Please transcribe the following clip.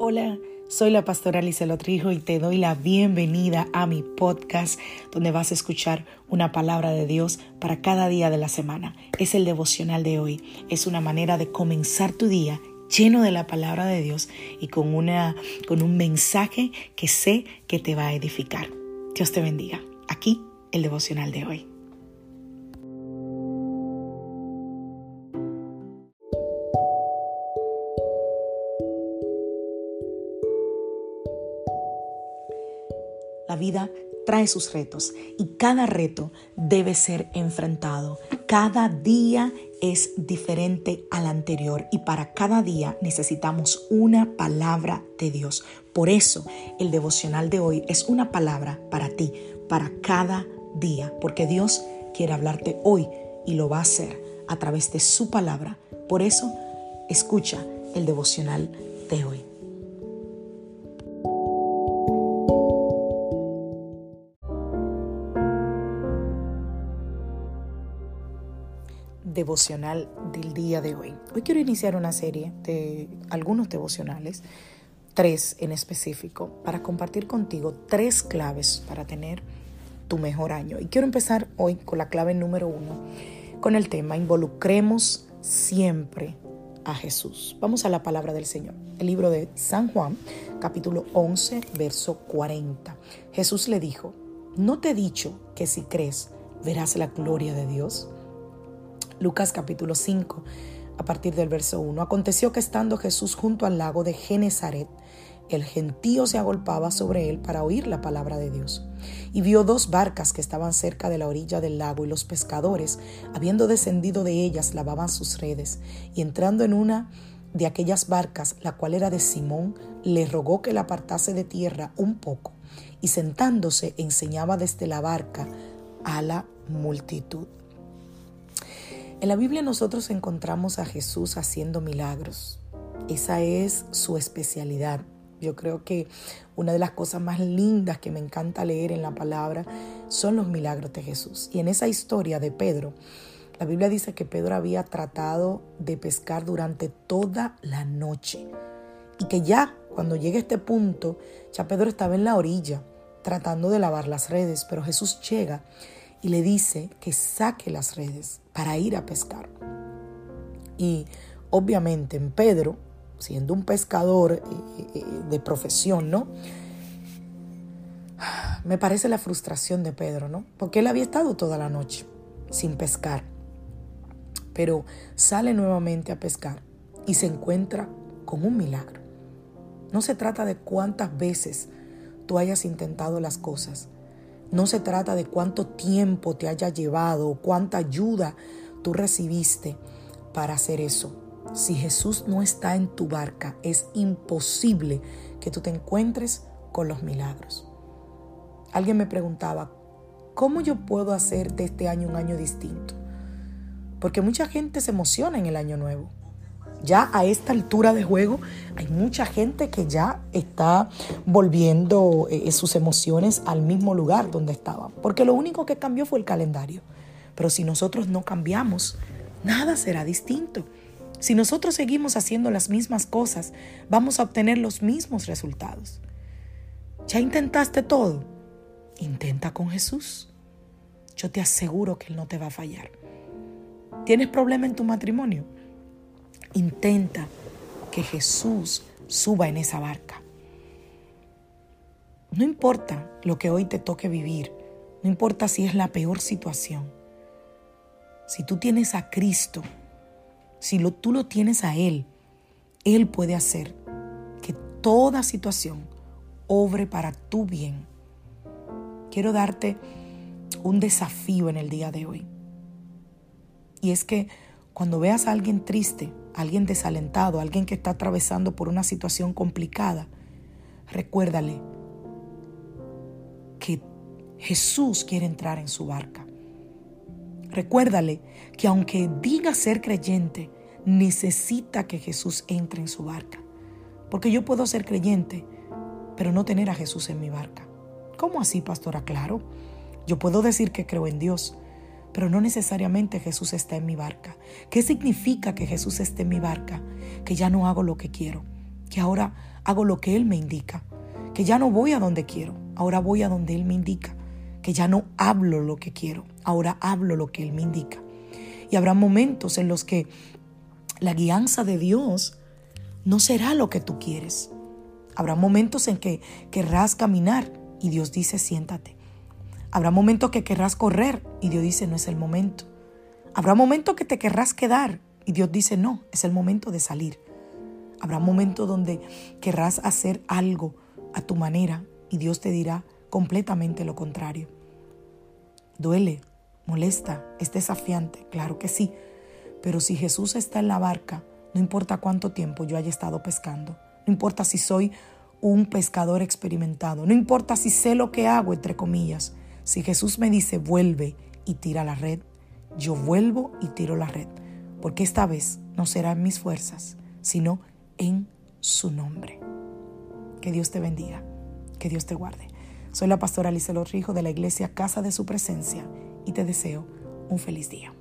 Hola, soy la pastora Lisela Trijo y te doy la bienvenida a mi podcast donde vas a escuchar una palabra de Dios para cada día de la semana. Es el devocional de hoy. Es una manera de comenzar tu día lleno de la palabra de Dios y con un mensaje que sé que te va a edificar. Dios te bendiga. Aquí el devocional de hoy. La vida trae sus retos y cada reto debe ser enfrentado. Cada día es diferente al anterior y para cada día necesitamos una palabra de Dios. Por eso el devocional de hoy es una palabra para ti, para cada día, porque Dios quiere hablarte hoy y lo va a hacer a través de su palabra. Por eso escucha el devocional de hoy. Devocional del día de hoy. Hoy quiero iniciar una serie de algunos devocionales, 3 en específico, para compartir contigo 3 claves para tener tu mejor año. Y quiero empezar hoy con la clave número 1, con el tema involucremos siempre a Jesús. Vamos a la palabra del Señor. El libro de San Juan, capítulo 11, verso 40. Jesús le dijo: ¿no te he dicho que si crees verás la gloria de Dios? Lucas capítulo 5, a partir del verso 1. Aconteció que estando Jesús junto al lago de Genezaret, el gentío se agolpaba sobre él para oír la palabra de Dios. Y vio 2 barcas que estaban cerca de la orilla del lago, y los pescadores, habiendo descendido de ellas, lavaban sus redes. Y entrando en una de aquellas barcas, la cual era de Simón, le rogó que la apartase de tierra un poco, y sentándose enseñaba desde la barca a la multitud. En la Biblia nosotros encontramos a Jesús haciendo milagros. Esa es su especialidad. Yo creo que una de las cosas más lindas que me encanta leer en la palabra son los milagros de Jesús. Y en esa historia de Pedro, la Biblia dice que Pedro había tratado de pescar durante toda la noche. Y que ya cuando llega a este punto, ya Pedro estaba en la orilla tratando de lavar las redes. Pero Jesús llega y le dice que saque las redes para ir a pescar. Y obviamente en Pedro, siendo un pescador de profesión, ¿no? Me parece la frustración de Pedro, ¿no? Porque él había estado toda la noche sin pescar. Pero sale nuevamente a pescar y se encuentra con un milagro. No se trata de cuántas veces tú hayas intentado las cosas. No se trata de cuánto tiempo te haya llevado o cuánta ayuda tú recibiste para hacer eso. Si Jesús no está en tu barca, es imposible que tú te encuentres con los milagros. Alguien me preguntaba, ¿cómo yo puedo hacer de este año un año distinto? Porque mucha gente se emociona en el año nuevo. Ya a esta altura de juego hay mucha gente que ya está volviendo sus emociones al mismo lugar donde estaban. Porque lo único que cambió fue el calendario. Pero si nosotros no cambiamos, nada será distinto. Si nosotros seguimos haciendo las mismas cosas, vamos a obtener los mismos resultados. ¿Ya intentaste todo? Intenta con Jesús. Yo te aseguro que Él no te va a fallar. ¿Tienes problema en tu matrimonio? Intenta que Jesús suba en esa barca. No importa lo que hoy te toque vivir, no importa si es la peor situación. Si tú tienes a Cristo, si tú lo tienes a Él, Él puede hacer que toda situación obre para tu bien. Quiero darte un desafío en el día de hoy. Y es que cuando veas a alguien triste, a alguien desalentado, a alguien que está atravesando por una situación complicada, recuérdale que Jesús quiere entrar en su barca. Recuérdale que aunque diga ser creyente, necesita que Jesús entre en su barca. Porque yo puedo ser creyente, pero no tener a Jesús en mi barca. ¿Cómo así, pastora? Claro, yo puedo decir que creo en Dios, pero no necesariamente Jesús está en mi barca. ¿Qué significa que Jesús esté en mi barca? Que ya no hago lo que quiero, que ahora hago lo que Él me indica, que ya no voy a donde quiero, ahora voy a donde Él me indica, que ya no hablo lo que quiero, ahora hablo lo que Él me indica. Y habrá momentos en los que la guianza de Dios no será lo que tú quieres. Habrá momentos en que querrás caminar y Dios dice siéntate. Habrá momentos que querrás correr y Dios dice no es el momento. Habrá momentos que te querrás quedar y Dios dice no, es el momento de salir. Habrá momentos donde querrás hacer algo a tu manera y Dios te dirá completamente lo contrario. Duele, molesta, es desafiante, claro que sí. Pero si Jesús está en la barca, no importa cuánto tiempo yo haya estado pescando, no importa si soy un pescador experimentado, no importa si sé lo que hago, entre comillas, si Jesús me dice vuelve y tira la red, yo vuelvo y tiro la red, porque esta vez no será en mis fuerzas, sino en su nombre. Que Dios te bendiga, que Dios te guarde. Soy la pastora Lizelot Rijo de la iglesia Casa de Su Presencia y te deseo un feliz día.